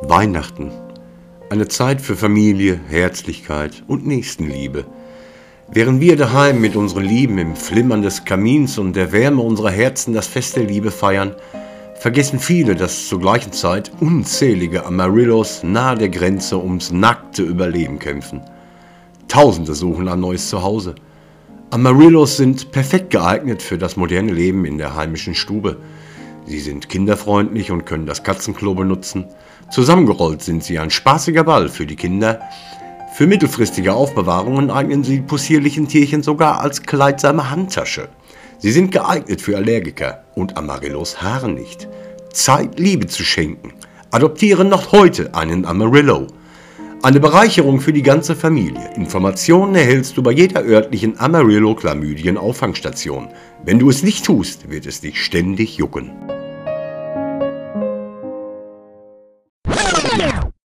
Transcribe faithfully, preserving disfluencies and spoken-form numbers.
Weihnachten. Eine Zeit für Familie, Herzlichkeit und Nächstenliebe. Während wir daheim mit unseren Lieben im Flimmern des Kamins und der Wärme unserer Herzen das Fest der Liebe feiern, vergessen viele, dass zur gleichen Zeit unzählige Amarillos nahe der Grenze ums nackte Überleben kämpfen. Tausende suchen ein neues Zuhause. Amarillos sind perfekt geeignet für das moderne Leben in der heimischen Stube. Sie sind kinderfreundlich und können das Katzenklo benutzen. Zusammengerollt sind sie ein spaßiger Ball für die Kinder. Für mittelfristige Aufbewahrungen eignen sie possierlichen Tierchen sogar als kleidsame Handtasche. Sie sind geeignet für Allergiker und Amarillos haaren nicht. Zeit, Liebe zu schenken. Adoptiere noch heute einen Amarillo. Eine Bereicherung für die ganze Familie. Informationen erhältst du bei jeder örtlichen Amarillo-Chlamydien-Auffangstation. Wenn du es nicht tust, wird es dich ständig jucken.